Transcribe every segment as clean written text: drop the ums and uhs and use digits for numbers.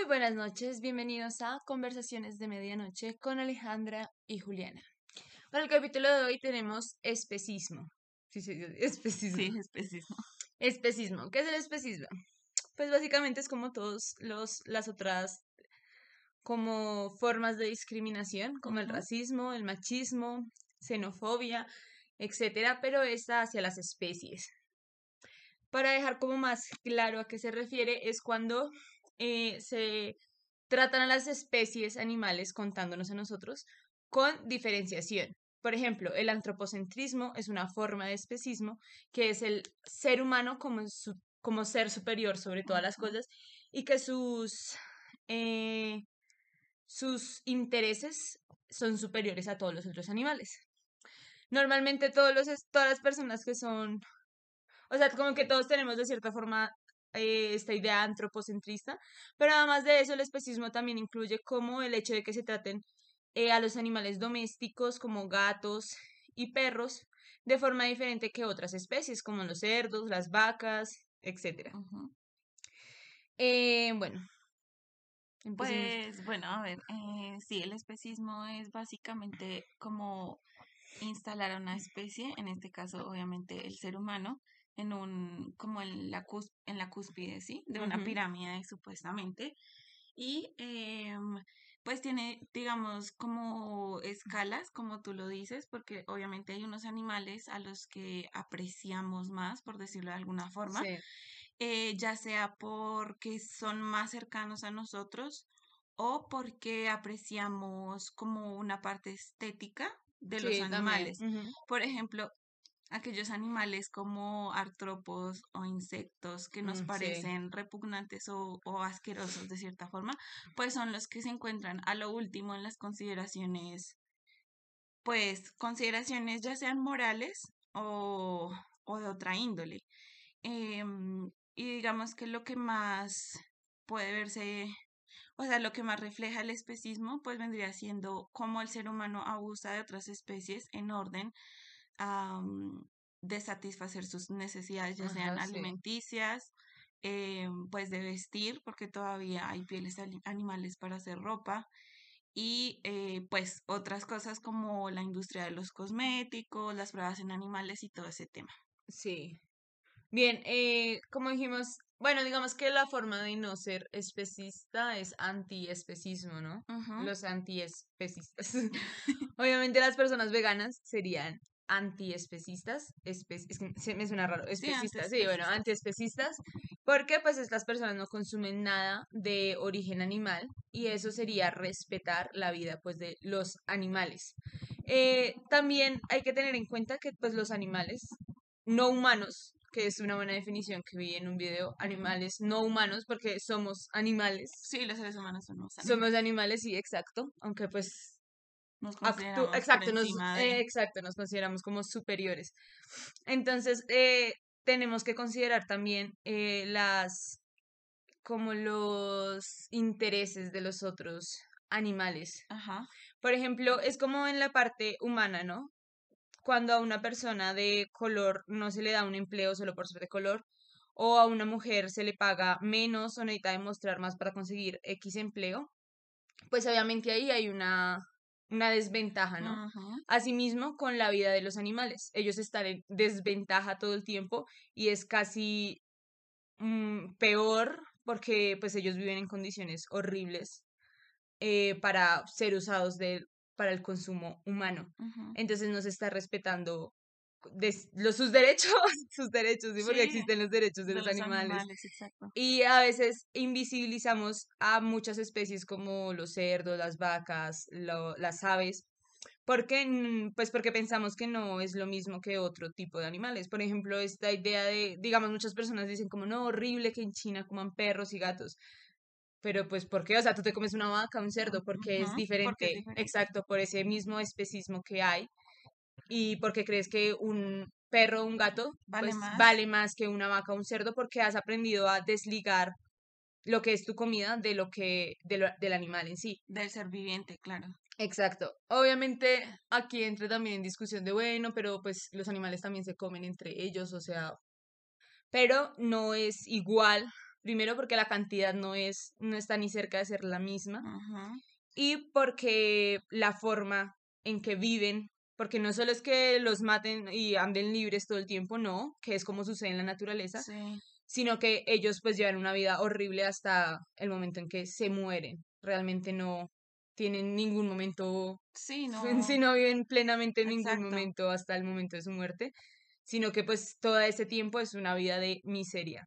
Muy buenas noches, bienvenidos a Conversaciones de Medianoche con Alejandra y Juliana. Para el capítulo de hoy tenemos especismo. Sí, especismo. Sí, especismo. Especismo. ¿Qué es el especismo? Pues básicamente es como todas las otras como formas de discriminación, como el Ujú. racismo, el machismo, xenofobia, etcétera, pero esta hacia las especies. Para dejar como más claro a qué se refiere, es cuando se tratan a las especies animales, contándonos a nosotros, con diferenciación. Por ejemplo, el antropocentrismo es una forma de especismo, que es el ser humano como ser superior sobre todas las Ujú. cosas y que sus intereses son superiores a todos los otros animales. Normalmente todas las personas que son, o sea, como que todos tenemos de cierta forma esta idea antropocentrista, pero además de eso el especismo también incluye como el hecho de que se traten a los animales domésticos como gatos y perros de forma diferente que otras especies como los cerdos, las vacas, etcétera. Ujú. Bueno, empecemos. Pues bueno, a ver, sí, el especismo es básicamente como instalar a una especie, en este caso obviamente el ser humano, como en la cúspide, ¿sí? De una Ujú. pirámide supuestamente. Y pues tiene, digamos, como escalas, como tú lo dices, porque obviamente hay unos animales a los que apreciamos más, por decirlo de alguna forma, Sí, ya sea porque son más cercanos a nosotros o porque apreciamos como una parte estética de los sí, también. animales. Por ejemplo, aquellos animales como artrópodos o insectos que nos Sí, parecen repugnantes o asquerosos de cierta forma, pues son los que se encuentran a lo último en las consideraciones, pues consideraciones ya sean morales o de otra índole. Y digamos que lo que más puede verse, o sea, lo que más refleja el especismo, pues vendría siendo cómo el ser humano abusa de otras especies en orden de satisfacer sus necesidades, ya sean ajá, sí. alimenticias, pues de vestir, porque todavía hay pieles animales para hacer ropa, y pues otras cosas como la industria de los cosméticos, las pruebas en animales y todo ese tema. Sí. Bien, como dijimos, bueno, digamos que la forma de no ser especista es antiespecismo, ¿no? Ujú. Los antiespecistas. Obviamente las personas veganas serían antiespecistas, es que me suena raro, Sí, especistas, antes sí, bueno, pesistas. antiespecistas, porque pues estas personas no consumen nada de origen animal y eso sería respetar la vida pues de los animales. También hay que tener en cuenta que pues los animales no humanos, que es una buena definición que vi en un video, Ujú. animales no humanos, porque somos animales. Sí, los seres humanos somos Somos animales. animales, sí, exacto, aunque pues Nos consideramos por encima de... exacto, nos consideramos como superiores. Entonces, tenemos que considerar también como los intereses de los otros animales. Ajá. Por ejemplo, es como en la parte humana, ¿no? Cuando a una persona de color no se le da un empleo solo por ser de color, o a una mujer se le paga menos o necesita demostrar más para conseguir X empleo, pues obviamente ahí hay una desventaja, ¿no? Ujú. Asimismo, con la vida de los animales. Ellos están en desventaja todo el tiempo y es casi peor porque pues ellos viven en condiciones horribles para ser usados para el consumo humano. Ujú. Entonces no se está respetando sus derechos, sus derechos, ¿sí? Porque Sí, existen los derechos de de los los animales. animales, exacto. Y a veces invisibilizamos a muchas especies como los cerdos, las vacas, las aves, porque, pues porque pensamos que no es lo mismo que otro tipo de animales. Por ejemplo, esta idea de, digamos, muchas personas dicen como, no, horrible que en China coman perros y gatos. Pero pues, ¿por qué? O sea, tú te comes una vaca, un cerdo, porque es Ujú. Porque es diferente, diferente. exacto, por ese mismo especismo que hay y porque crees que un perro o un gato, Vale pues más vale más que una vaca o un cerdo porque has aprendido a desligar lo que es tu comida de del animal en sí. del ser viviente, claro. Exacto. Obviamente aquí entra también en discusión de, bueno, pero pues los animales también se comen entre ellos, o sea, pero no es igual Primero porque la cantidad no está ni cerca de ser la misma. Ujú. Y porque la forma en que viven, porque no solo es que los maten y anden libres todo el tiempo, no, que es como sucede en la naturaleza, Sí, sino que ellos pues llevan una vida horrible hasta el momento en que se mueren. Realmente no tienen ningún momento, sí, si no, no viven plenamente en ningún exacto. momento hasta el momento de su muerte, sino que pues todo ese tiempo es una vida de miseria.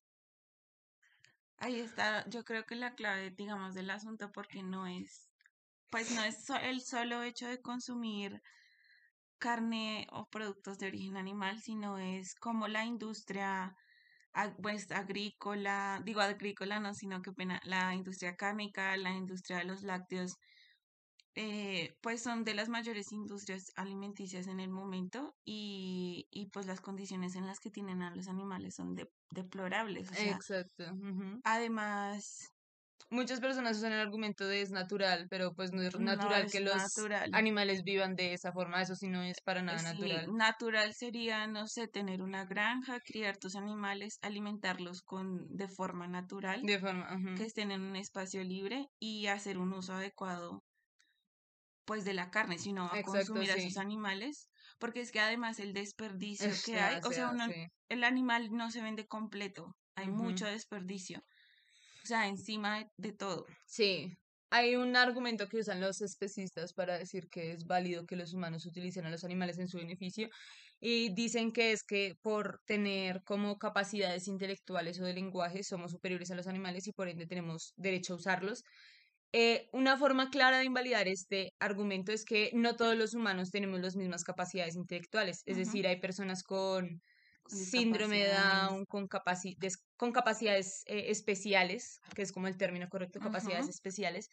Ahí está, yo creo que la clave, digamos, del asunto, porque no es, pues no es el solo hecho de consumir carne o productos de origen animal, sino es como la industria pues agrícola, digo agrícola no, sino que pena, la industria cárnica, la industria de los lácteos, pues son de las mayores industrias alimenticias en el momento y pues las condiciones en las que tienen a los animales son deplorables. O sea, Exacto. Ujú. además, Muchas personas usan el argumento de es natural, pero pues no es no natural que es los natural. animales vivan de esa forma, eso sí no es para nada Sí, natural. natural sería, no sé, tener una granja, criar tus animales, alimentarlos de forma natural, De forma, que ujú. estén en un espacio libre y hacer un uso adecuado pues de la carne, sino a Exacto, consumir a sí. esos animales, porque es que además el desperdicio Es que hay, o sea, demasiado, sí. el animal no se vende completo, hay Ujú. mucho desperdicio, o sea, encima de todo. Sí. Hay un argumento que usan los especistas para decir que es válido que los humanos utilicen a los animales en su beneficio y dicen que es que por tener como capacidades intelectuales o de lenguaje somos superiores a los animales y por ende tenemos derecho a usarlos. Una forma clara de invalidar este argumento es que no todos los humanos tenemos las mismas capacidades intelectuales, es Ujú. decir, hay personas con Con síndrome de discapacidades. Down, con capacidades especiales, que es como el término correcto, capacidades Ujú. especiales,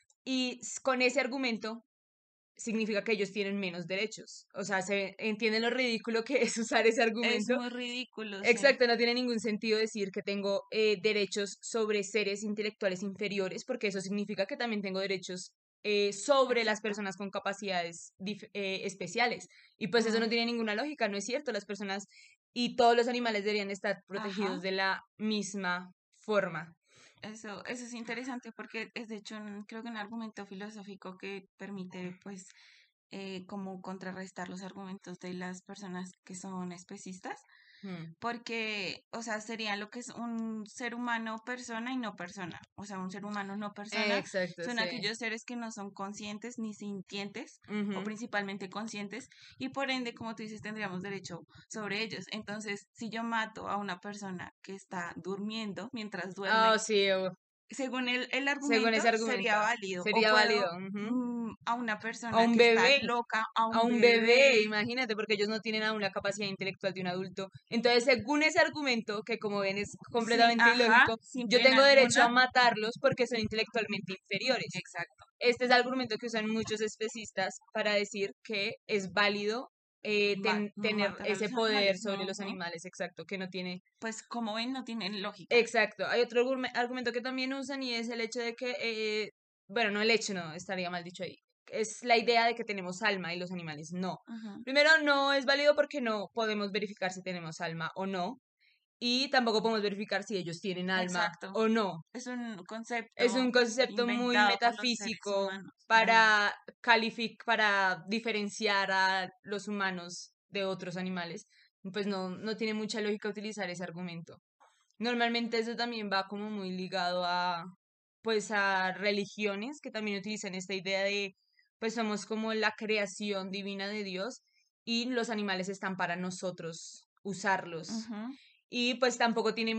y con ese argumento significa que ellos tienen menos derechos. O sea, se entiende lo ridículo que es usar ese Es argumento. muy ridículo, sí. Exacto, no tiene ningún sentido decir que tengo derechos sobre seres intelectuales inferiores, porque eso significa que también tengo derechos sobre las Exacto. personas con capacidades especiales. Y pues eso Ujú. no tiene ninguna lógica, no es cierto. Las personas y todos los animales deberían estar protegidos Ajá. de la misma forma. Eso es interesante porque es de hecho creo que un argumento filosófico que permite pues como contrarrestar los argumentos de las personas que son especistas, Mm. porque, o sea, sería lo que es un ser humano persona y no persona. O sea, un ser humano no persona Exacto, son sí. aquellos seres que no son conscientes ni sintientes o Ujú. principalmente conscientes y por ende, como tú dices, tendríamos derecho sobre ellos. Entonces, si yo mato a una persona que está durmiendo mientras Ah, duerme, sí, según el según argumento, ese argumento, sería válido. O sería válido. puedo Ujú. a una A persona un que está bebé, loca, a a un un bebé. bebé, imagínate, porque ellos no tienen aún la capacidad intelectual de un adulto. Entonces, según ese argumento, que como ven es Sí, completamente ajá, ilógico, sin yo pena tengo derecho a alguna. matarlos porque son intelectualmente inferiores. Exacto. Este es el argumento que usan muchos especistas para decir que es válido tener Matar a ese los poder animales. sobre los Ujú. animales, exacto, que no tiene. Pues como ven, no tienen lógica. Exacto. Hay otro argumento que también usan y es el hecho de que, bueno, no el hecho, no, estaría mal dicho ahí. Es la idea de que tenemos alma y los animales no. Ujú. Primero, no es válido porque no podemos verificar si tenemos alma o no. Y tampoco podemos verificar si ellos tienen alma Exacto. o no. Es un Es un concepto concepto muy inventado por los seres metafísico humanos. Ajá. para para diferenciar a los humanos de otros animales. Pues no, no tiene mucha lógica utilizar ese argumento. Normalmente eso también va como muy ligado a, pues a religiones que también utilizan esta idea de, pues somos como la creación divina de Dios y los animales están para nosotros usarlos. Ujú. Y pues tampoco tiene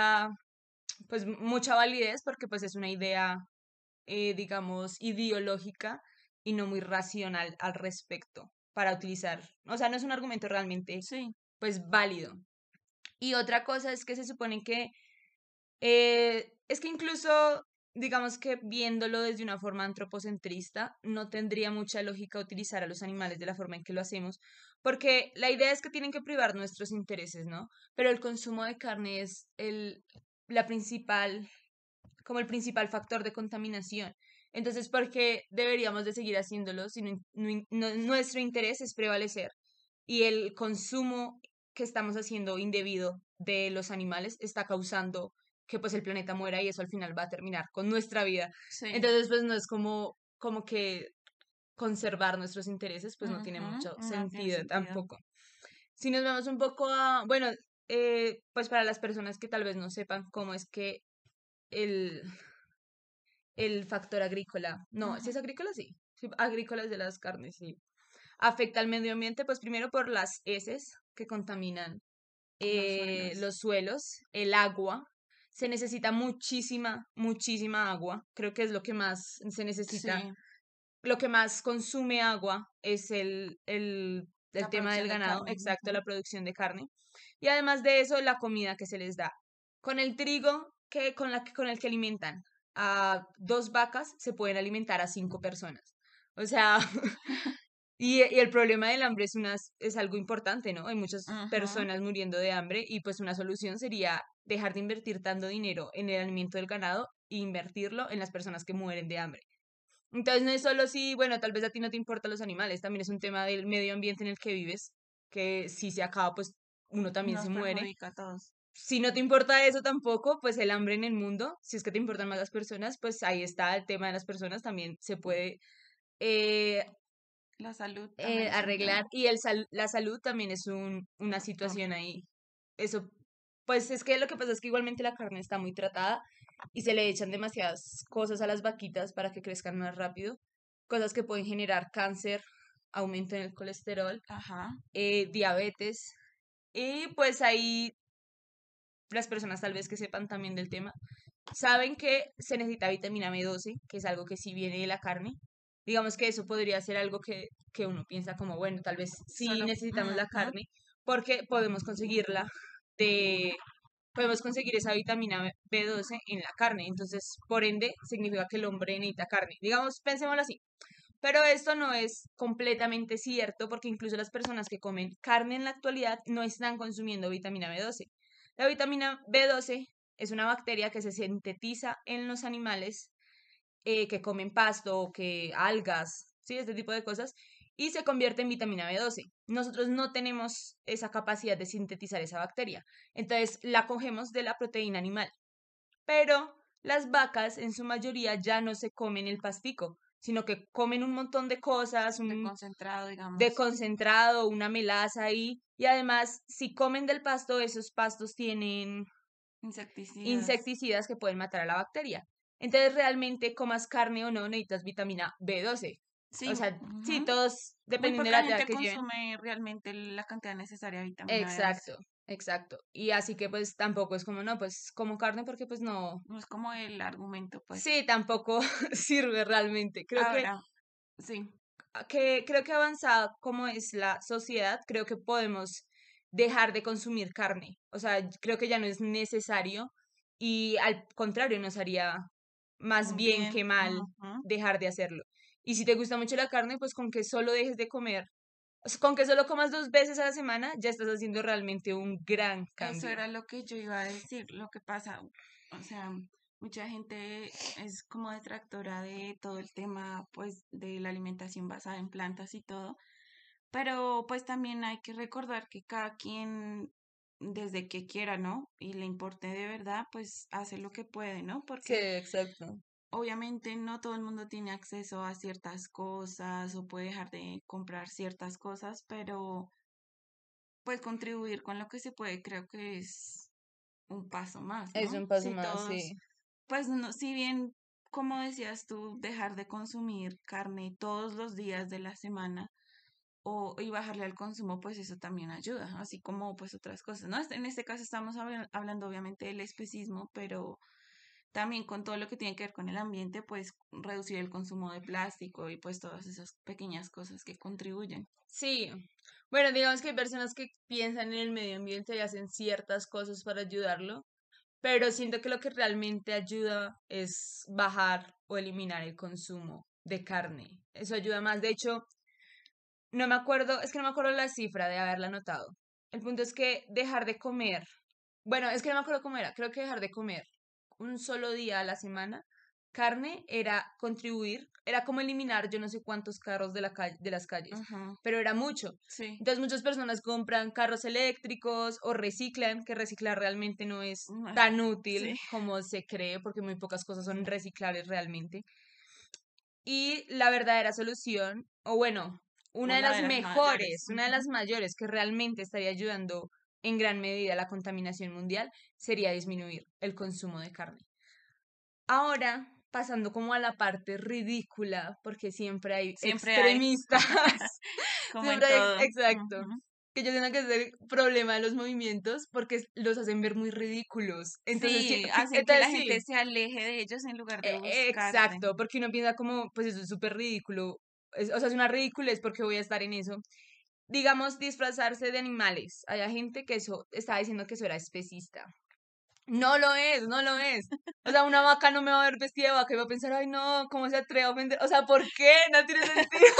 mucha validez porque pues es una idea, digamos, ideológica y no muy racional al respecto para utilizar. O sea, no es un argumento realmente, Sí. pues, válido. Y otra cosa es que se supone que es que incluso, digamos que viéndolo desde una forma antropocentrista, no tendría mucha lógica utilizar a los animales de la forma en que lo hacemos, porque la idea es que tienen que privar nuestros intereses, ¿no? Pero el consumo de carne es la principal, como el principal factor de contaminación. Entonces, ¿por qué deberíamos de seguir haciéndolo si nuestro interés es prevalecer y el consumo que estamos haciendo indebido de los animales está causando que pues el planeta muera y eso al final va a terminar con nuestra vida. Sí. Entonces pues no es como que conservar nuestros intereses, pues no tiene Ujú, mucho no tiene sentido sentido. tampoco. Si nos vamos un poco a, bueno, pues para las personas que tal vez no sepan cómo es que el, el factor agrícola, no, si Ujú, es agrícola, sí, sí, agrícola es de las carnes, sí, afecta al medio ambiente, pues primero por las heces que contaminan los suelos. los suelos, el agua. Se necesita muchísima agua. Creo que es lo que más se necesita. Sí, Lo que más consume agua es el la tema del producción de ganado, carne. exacto, Ujú. la producción de carne. Y además de eso, la comida que se les da. Con el trigo con el que alimentan a 2 vacas, se pueden alimentar a 5 personas. O sea, y el problema del hambre es algo importante, ¿no? Hay muchas Ujú. personas muriendo de hambre y pues una solución sería dejar de invertir tanto dinero en el alimento del ganado e invertirlo en las personas que mueren de hambre. Entonces no es solo si, bueno, tal vez a ti no te importan los animales, también es un tema del medio ambiente en el que vives, que si se acaba, pues uno también se Nos muere. perjudica a todos. Si no te importa eso tampoco, pues el hambre en el mundo, si es que te importan más las personas, pues ahí está el tema de las personas, también se puede eh, La salud también es un arreglar tema. y la salud también es una Factor. situación ahí. Eso, pues es que lo que pasa es que igualmente la carne está muy tratada y se le echan demasiadas cosas a las vaquitas para que crezcan más rápido, cosas que pueden generar cáncer, aumento en el colesterol, Ajá. diabetes y pues ahí las personas tal vez que sepan también del tema saben que se necesita vitamina B12, que es algo que sí viene de la carne. Digamos que eso podría ser algo que uno piensa como, bueno, tal vez sí Solo. necesitamos la Ujú. carne porque de, podemos conseguir esa vitamina B12 en la carne. Entonces, por ende, significa que el hombre necesita carne. Digamos, pensémoslo así. Pero esto no es completamente cierto porque incluso las personas que comen carne en la actualidad no están consumiendo vitamina B12. La vitamina B12 es una bacteria que se sintetiza en los animales que comen pasto o que algas, ¿sí? Este tipo de cosas, y se convierte en vitamina B12. Nosotros no tenemos esa capacidad de sintetizar esa bacteria. Entonces la cogemos de la proteína animal. Pero las vacas en su mayoría ya no se comen el pastico, sino que comen un montón de cosas, De un concentrado, de digamos. concentrado, una melaza ahí, y además si comen del pasto, esos pastos tienen Insecticidas. insecticidas que pueden matar a la bacteria. Entonces, realmente comas carne o no, necesitas vitamina B12. O Sí. sea, sí, Ujú. todos, Muy dependiendo de poca la edad gente que lleven. consume realmente la cantidad necesaria de vitamina B12. Exacto, exacto. Y así que pues tampoco es como, no, pues como carne porque pues no. No es como el argumento, pues. Sí, tampoco sirve realmente. Ahora, sí. Creo que avanzada como es la sociedad, creo que podemos dejar de consumir carne. O sea, creo que ya no es necesario y al contrario nos haría más Un bien bien. que mal Ujú. dejar de hacerlo. Y si te gusta mucho la carne, pues con que solo dejes de comer, o sea, con que solo comas 2 veces a la semana, ya estás haciendo realmente un gran Eso cambio. era lo que yo iba a decir. Lo que pasa, o sea, mucha gente es como detractora de todo el tema, pues, de la alimentación basada en plantas y todo. Pero pues también hay que recordar que cada quien, desde que quiera, ¿no? Y le importe de verdad, pues hace lo que puede, ¿no? Sí, Porque exacto. obviamente no todo el mundo tiene acceso a ciertas cosas o puede dejar de comprar ciertas cosas, pero pues contribuir con lo que se puede creo que es un paso más, Es ¿no? un paso Si más, todos, sí. pues no, si bien, como decías tú, dejar de consumir carne todos los días de la semana y bajarle al consumo, pues eso también ayuda, así como pues otras cosas, ¿no? En este caso estamos hablando obviamente del especismo, pero también con todo lo que tiene que ver con el ambiente, pues reducir el consumo de plástico y pues todas esas pequeñas cosas que contribuyen. Sí, bueno, digamos que hay personas que piensan en el medio ambiente y hacen ciertas cosas para ayudarlo, pero siento que lo que realmente ayuda es bajar o eliminar el consumo de carne. Eso ayuda más. De hecho, no me acuerdo, es que no me acuerdo la cifra de haberla anotado. El punto es que dejar de comer, bueno, es que no me acuerdo cómo era, creo que dejar de comer un solo día a la semana carne era contribuir, era como eliminar yo no sé cuántos carros de las calles, Ajá, pero era mucho. sí. Entonces muchas personas compran carros eléctricos o reciclan, que reciclar realmente no es No es- tan útil Sí, como se cree, porque muy pocas cosas son reciclables realmente. Y la verdadera solución, o bueno, una de una las de las mayores. mejores, una de las mayores que realmente estaría ayudando en gran medida a la contaminación mundial, sería disminuir el consumo de carne. Ahora, pasando como a la parte ridícula, porque siempre hay Siempre hay, extremistas, como en siempre hay, todo. exacto, Ujú. que yo siento que es el problema de los movimientos porque los hacen ver muy ridículos. Entonces, Sí, hacen que entonces la sí, gente se aleje de ellos en lugar de buscarse. exacto, porque uno piensa como, pues eso es súper ridículo, o sea, es una ridiculez porque voy a estar en eso. Digamos, disfrazarse de animales. Hay gente que eso está diciendo que eso era especista. No lo es, no lo es. O sea, una vaca no me va a ver vestida de vaca y va a pensar, ay no, ¿cómo se atreve a ofender? O sea, ¿por qué? No tiene sentido.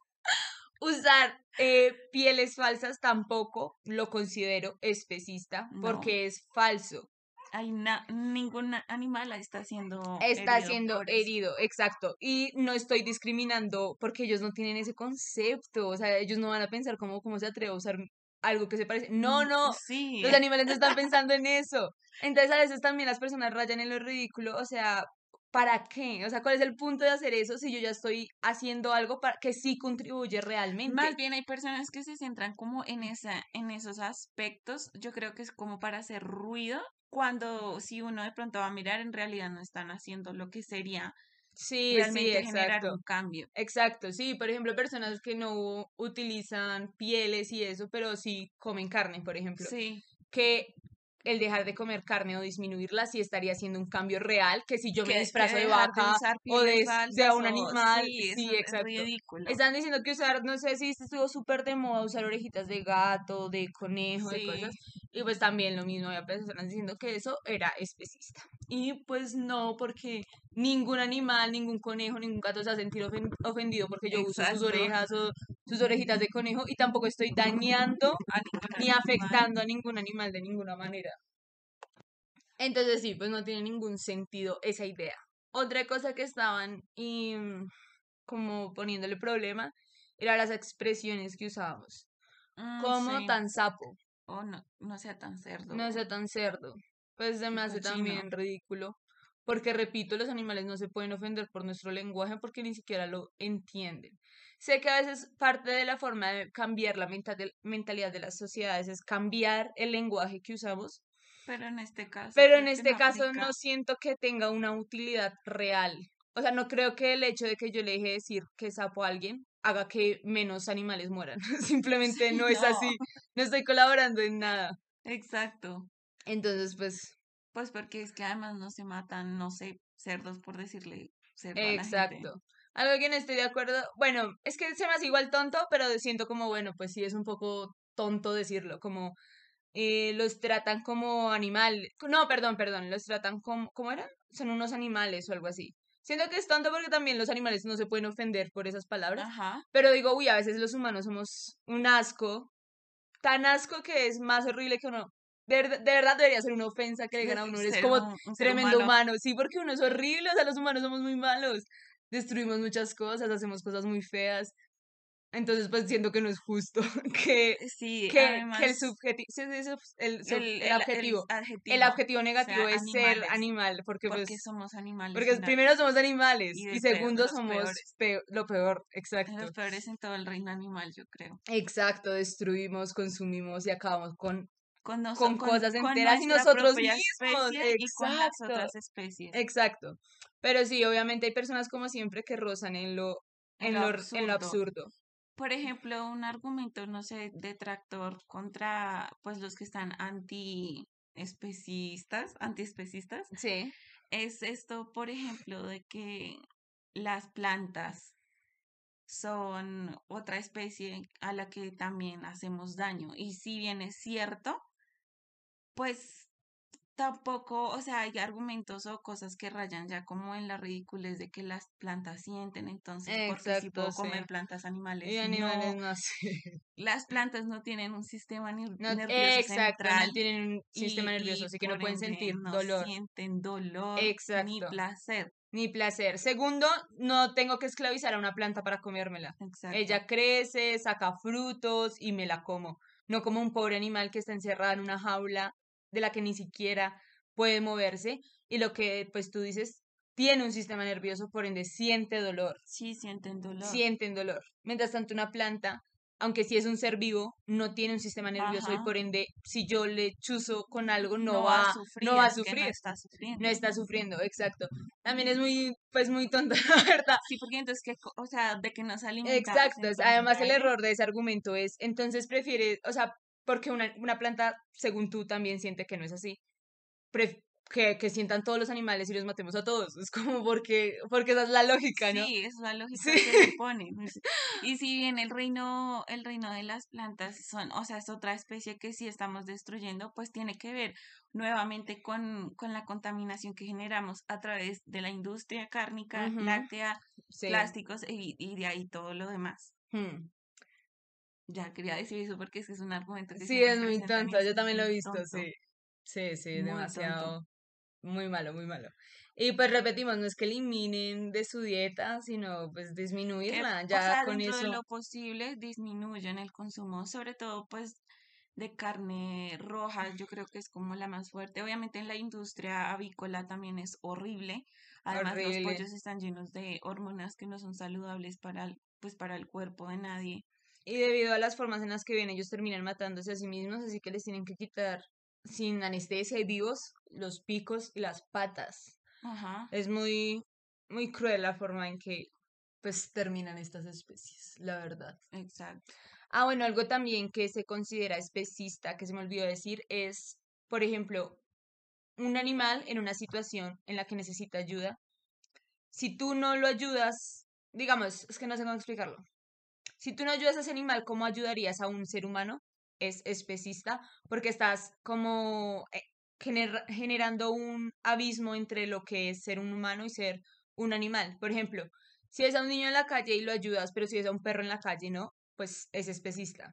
Usar pieles falsas tampoco lo considero especista No, porque es falso. ningún animal está siendo Está herido siendo por eso. herido, exacto. Y no estoy discriminando porque ellos no tienen ese concepto. O sea, ellos no van a pensar cómo se atreve a usar algo que se parece. No, no, Sí, los animales no están pensando en eso. Entonces a veces también las personas rayan en lo ridículo. O sea, ¿para qué? O sea, ¿cuál es el punto de hacer eso si yo ya estoy haciendo algo para que sí contribuye realmente? más bien hay personas que se centran como en esos aspectos. Yo creo que es como para hacer ruido, cuando si uno de pronto va a mirar, en realidad no están haciendo lo que sería Sí, sí, realmente generar exacto. un cambio. Exacto, sí, por ejemplo, personas que no utilizan pieles y eso, pero sí comen carne, por ejemplo, Sí, que el dejar de comer carne o disminuirla sí estaría haciendo un cambio real, que si yo me que disfrazo de dejar de vaca usar o pieles de falsas un o animal, sí, eso sí, es exacto. ridículo. Están diciendo que usar, no sé si estuvo súper de moda usar orejitas de gato, de conejo, de cosas, Sí, y pues también lo mismo, había personas diciendo que eso era especista. Y pues no, porque ningún animal, ningún conejo, ningún gato se va a sentir ofendido porque yo uso sus exacto. orejas o sus orejitas de conejo y tampoco estoy dañando A ningún ni animal. afectando a ningún animal de ninguna manera. Entonces sí, pues no tiene ningún sentido esa idea. Otra cosa que estaban como poniéndole problema era las expresiones que usábamos. Como Sí. tan sapo, O no, no sea tan no cerdo sea tan cerdo. Pues se y me hace cochino. también ridículo. Porque repito, los animales no se pueden ofender por nuestro lenguaje porque ni siquiera lo entienden. Sé que a veces parte de la forma de cambiar la mentalidad de las sociedades es cambiar el lenguaje que usamos, Pero en este caso pero en creo que no este caso aplica. no siento que tenga una utilidad real. O sea, no creo que el hecho de que yo le deje decir que sapo a alguien haga que menos animales mueran. Simplemente Sí, no es no, así. No estoy colaborando en nada. exacto. Entonces, pues, Pues porque es que además no se matan, no sé, cerdos por decirle cerdo a la gente. exacto. Algo que no estoy de acuerdo. Bueno, es que se me hace igual tonto, pero siento como, bueno, pues sí es un poco tonto decirlo. Como los tratan como animal. No, perdón, los tratan como, ¿cómo era? Son unos animales o algo así. Siento que es tonto porque también los animales no se pueden ofender por esas palabras. Ajá. Pero digo, uy, a veces los humanos somos un asco, tan asco que es más horrible que uno. De verdad debería ser una ofensa que le digan a Decir uno, eres ser como un ser tremendo humano. humano. Sí, porque uno es horrible, o sea, los humanos somos muy malos. Destruimos muchas cosas, hacemos cosas muy feas. Entonces, pues siento que no es justo que, Sí, que el además subjetivo, el el adjetivo objetivo negativo sea es ser animales, animal, porque porque pues, somos animales porque primero finalmente. somos Y animales y segundo los somos peores. lo peor, exacto. Los peores en todo el reino animal, yo creo. Exacto, destruimos, consumimos y acabamos Con, con cosas con enteras y nuestra nosotros propia mismos. especie y con las Exacto, otras especies. exacto. Pero sí, obviamente hay personas como siempre que rozan En lo en lo absurdo. absurdo. Por ejemplo, un argumento, no sé, detractor contra pues los que están antiespecistas, Sí, es esto, por ejemplo, de que las plantas son otra especie a la que también hacemos daño. Y si bien es cierto, pues tampoco, o sea, hay argumentos o cosas que rayan ya como en la ridiculez de que las plantas sienten, entonces, porque si exacto, puedo sí. comer plantas Y animales, animales no. no sé. Las plantas no tienen un sistema No, nervioso exacto, no central tienen un sistema nervioso, y así que no por pueden ende sentir no dolor. sienten dolor ni Exacto. placer. ni placer. Segundo, no tengo que esclavizar a una planta para comérmela. Exacto. Ella crece, saca frutos y me la como. No como un pobre animal que está encerrado en una jaula de la que ni siquiera puede moverse. Y lo que pues tú dices, tiene un sistema nervioso, por ende siente dolor, Sí, sienten dolor. sienten dolor. Mientras tanto una planta, aunque sí es un ser vivo, no tiene un sistema nervioso y Ajá. por ende si yo le chuzo con algo No va a no sufrir, va a es que no sufrir. está No sufriendo. está sufriendo, exacto. También es muy, pues muy tonta, la verdad. Sí, porque entonces, o sea, de que nos alimentamos, Exacto. entonces de Además, el aire. error de ese argumento es, entonces prefiere, o sea, porque una planta, según tú, también siente que no es así. Que sientan todos los animales y los matemos a todos. Es como porque esa es la lógica, ¿no? Sí, es la Sí. lógica que le ponen. Y si bien el reino de las plantas son, o sea, es otra especie que sí estamos destruyendo, pues tiene que ver nuevamente con la contaminación que generamos a través de la industria cárnica, Ujú, láctea, sí. plásticos y de ahí todo lo demás. Hmm. Ya quería decir eso porque es que es un argumento que Sí, siempre es muy presentan y tonto. es Yo que es también lo he muy visto, tonto, sí. Sí, sí, muy tonto. demasiado. Muy malo, muy malo. Y pues repetimos, no es que eliminen de su dieta, sino pues Que, disminuirla. o Ya sea, con dentro de eso. lo posible disminuyen el consumo, sobre todo pues de carne roja, yo creo que es como la más fuerte. Obviamente en la industria avícola también es horrible. Además, los Horrible. pollos están llenos de hormonas que no son saludables pues para el cuerpo de nadie. Y debido a las formas en las que vienen, ellos terminan matándose a sí mismos, así que les tienen que quitar sin anestesia y vivos los picos y las patas. Ajá, Es muy, muy cruel la forma en que pues terminan estas especies, la verdad. exacto. Ah, bueno, algo también que se considera especista, que se me olvidó decir, es, por ejemplo, un animal en una situación en la que necesita ayuda. Si tú no lo ayudas, digamos, es que no sé cómo explicarlo. Si tú no ayudas a ese animal, ¿cómo ayudarías a un ser humano? Es especista porque estás como generando un abismo entre lo que es ser un humano y ser un animal. Por ejemplo, si es a un niño en la calle y lo ayudas, pero si es a un perro en la calle, no, pues es especista.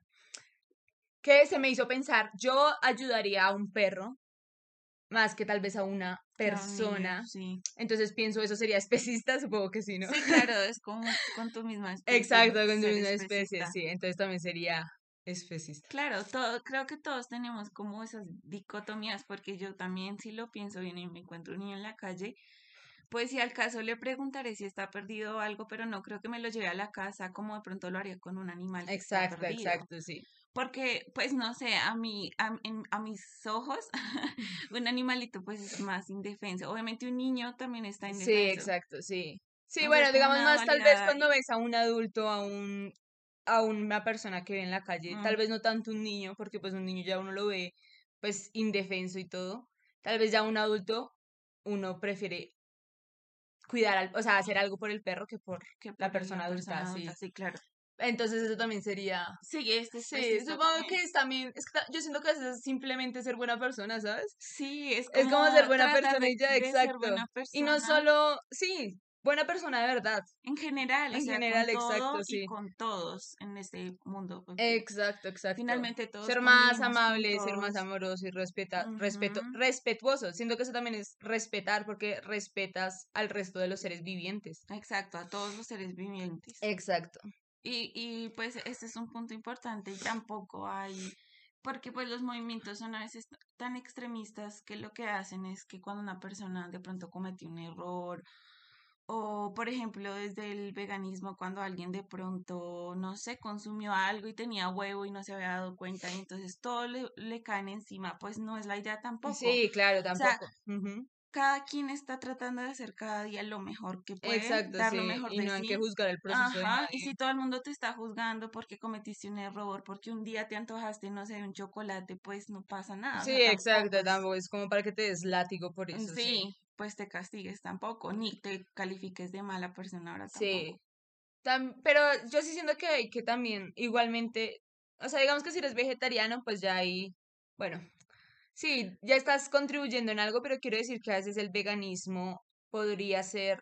¿Qué se me hizo pensar? Yo ayudaría a un perro más que tal vez a una Que a un niño, persona. sí. Entonces pienso, ¿eso sería especista? Supongo que sí, ¿no? Sí, claro, es con tu misma especie, Exacto, con tu ser misma especie, especista. sí. Entonces también sería especista. Claro, creo que todos tenemos como esas dicotomías, porque yo también si lo pienso bien y me encuentro un niño en la calle, pues si al caso le preguntaré si está perdido o algo, pero no creo que me lo lleve a la casa como de pronto lo haría con un animal que está Exacto, perdido. exacto, sí. Porque, pues no sé, a mis ojos, un animalito pues es más indefenso. Obviamente un niño también está Sí, indefenso. exacto, sí. Sí, O sea, es bueno, como digamos una más tal vez dualidad cuando ahí. ves a un adulto, a una persona que ve en la calle, Mm, tal vez no tanto un niño, porque pues un niño ya uno lo ve pues indefenso y todo. Tal vez ya un adulto, uno prefiere cuidar o sea, hacer algo por el perro que por que la por persona la adulta, persona adulta, sí. sí, claro. Entonces eso también sería, Sí, este sí, especista supongo también. que es también, es que yo siento que a veces es simplemente ser buena persona, ¿sabes? Sí, es Es como como ser buena tratar persona y ya, de ser exacto. buena Y no persona solo, sí, buena persona de verdad. en general, o En sea, con general, todo exacto, y sí. con todos en este mundo, porque Exacto, exacto. finalmente todos Ser más convivimos con amable, ser más todos. amoroso y Ujú, respetuoso. Siento que eso también es respetar porque respetas al resto de los seres vivientes. exacto, a todos los seres vivientes. Exacto. Y pues este es un punto importante y tampoco hay, porque pues los movimientos son a veces tan extremistas que lo que hacen es que cuando una persona de pronto comete un error o por ejemplo desde el veganismo cuando alguien de pronto, no sé, consumió algo y tenía huevo y no se había dado cuenta y entonces todo le caen encima, pues no es la idea tampoco. O Sí, claro, sea, tampoco. Ujú. cada quien está tratando de hacer cada día lo mejor que puede, Exacto, dar lo sí. mejor Y de no hay que sí. juzgar el proceso de Ajá, y nadie. si todo el mundo te está juzgando porque cometiste un error, porque un día te antojaste, no sé, un chocolate, pues no pasa nada, o Sí, sea, tampoco exacto, es, tampoco es como para que te des látigo por eso, sí. sí, pues te castigues tampoco, ni te califiques de mala persona ahora Sí. tampoco. Pero yo sí siento que hay que también, igualmente, o sea, digamos que si eres vegetariano, pues ya ahí, bueno, sí, ya estás contribuyendo en algo, pero quiero decir que a veces el veganismo podría ser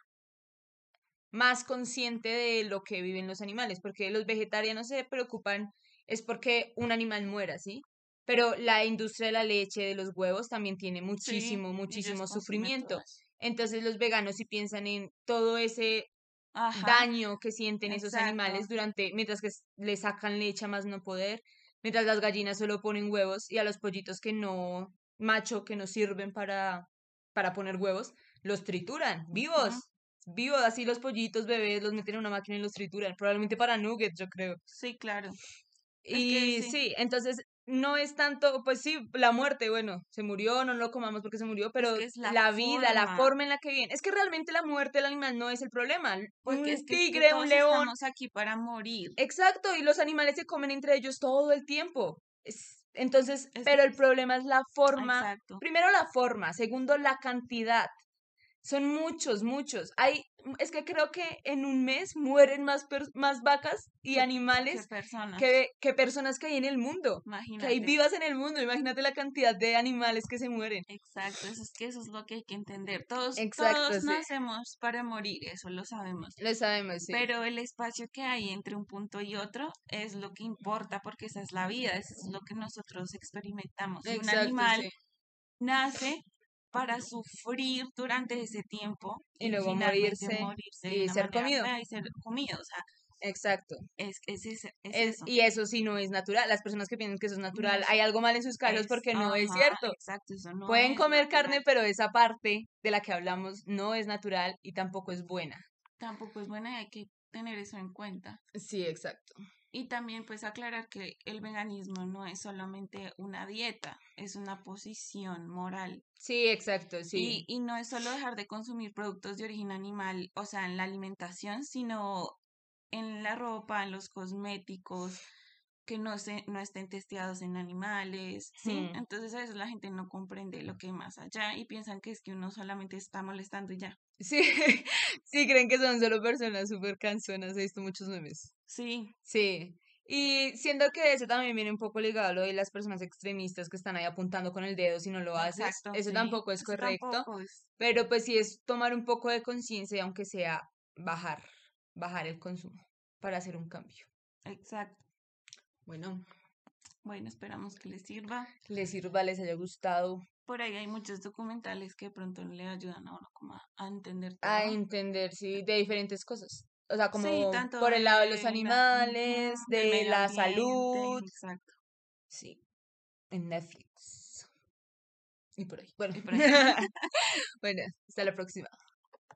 más consciente de lo que viven los animales, porque los vegetarianos se preocupan es porque un animal muera, ¿sí? Pero la industria de la leche, de los huevos, también tiene Sí, muchísimo, ellos muchísimo consumen todo sufrimiento. eso. Entonces los veganos sí piensan en todo ese Ajá, daño que sienten esos animales exacto. mientras que le sacan leche a más no poder, mientras las gallinas solo ponen huevos y a los pollitos que no, macho, que no sirven para poner huevos, los trituran, Ujú. vivos, así los pollitos bebés los meten en una máquina y los trituran, probablemente para nuggets, yo creo. Sí, claro. Es que Y sí, sí, entonces no es tanto, pues sí, la muerte, bueno, se murió, no lo comamos porque se murió, es pero que es la la vida, la forma. forma en la que viene, es que realmente la muerte del animal no es el problema. Porque Un es que tigre, un todos león, estamos aquí para morir. exacto, y los animales se comen entre ellos todo el tiempo. Entonces, Es que, pero el problema es la forma, exacto. primero la forma, segundo la cantidad. Son muchos, muchos. Es que creo que en un mes mueren más vacas y Que, que animales personas. que personas que hay en el mundo, que hay Imagínate. vivas en el mundo. Imagínate la cantidad de animales que se mueren. Exacto. Eso es que eso es lo que hay que entender. Exacto, Todos sí. nacemos para morir, eso lo sabemos. Lo sabemos, sí. Pero el espacio que hay entre un punto y otro es lo que importa porque esa es la vida, eso es lo que nosotros experimentamos. Y un Exacto, animal sí. nace para sufrir durante ese tiempo Y y luego finalmente morirse morirse de y una ser manera comido. fea y ser comido. O sea, Exacto. es eso. Y eso sí no es natural. Las personas que piensan que eso es No natural, es, hay algo mal en sus cabezas porque no es ajá, cierto. exacto, eso no Pueden es comer natural. carne, pero esa parte de la que hablamos no es natural y tampoco es buena. Tampoco es buena y hay que tener eso en cuenta. Sí, exacto. Y también pues aclarar que el veganismo no es solamente una dieta, es una posición moral. Sí, exacto, sí. Y no es solo dejar de consumir productos de origen animal, o sea, en la alimentación, sino en la ropa, en los cosméticos, que no estén testeados en animales, ¿sí? Hmm. Entonces a veces la gente no comprende lo que hay más allá y piensan que es que uno solamente está molestando y ya. Sí, sí, creen que son solo personas súper cansonas. He visto muchos memes. Sí, Sí. Y siento que eso también viene un poco ligado a lo de las personas extremistas que están ahí apuntando con el dedo si no lo haces. exacto, Eso sí. tampoco es Eso correcto. tampoco es Pero pues sí es tomar un poco de conciencia, y aunque sea bajar el consumo para hacer un cambio. exacto. Bueno, Bueno, esperamos que les sirva. les sirva, les haya gustado Por ahí hay muchos documentales que de pronto le ayudan a uno como a entender a todo. entender, sí, de diferentes cosas. O sea, Sí, como tanto por el lado de los ujú, animales, del de medio la ambiente, salud, exacto. sí, en Netflix y por ahí. Bueno, Y por ahí. bueno, hasta la próxima.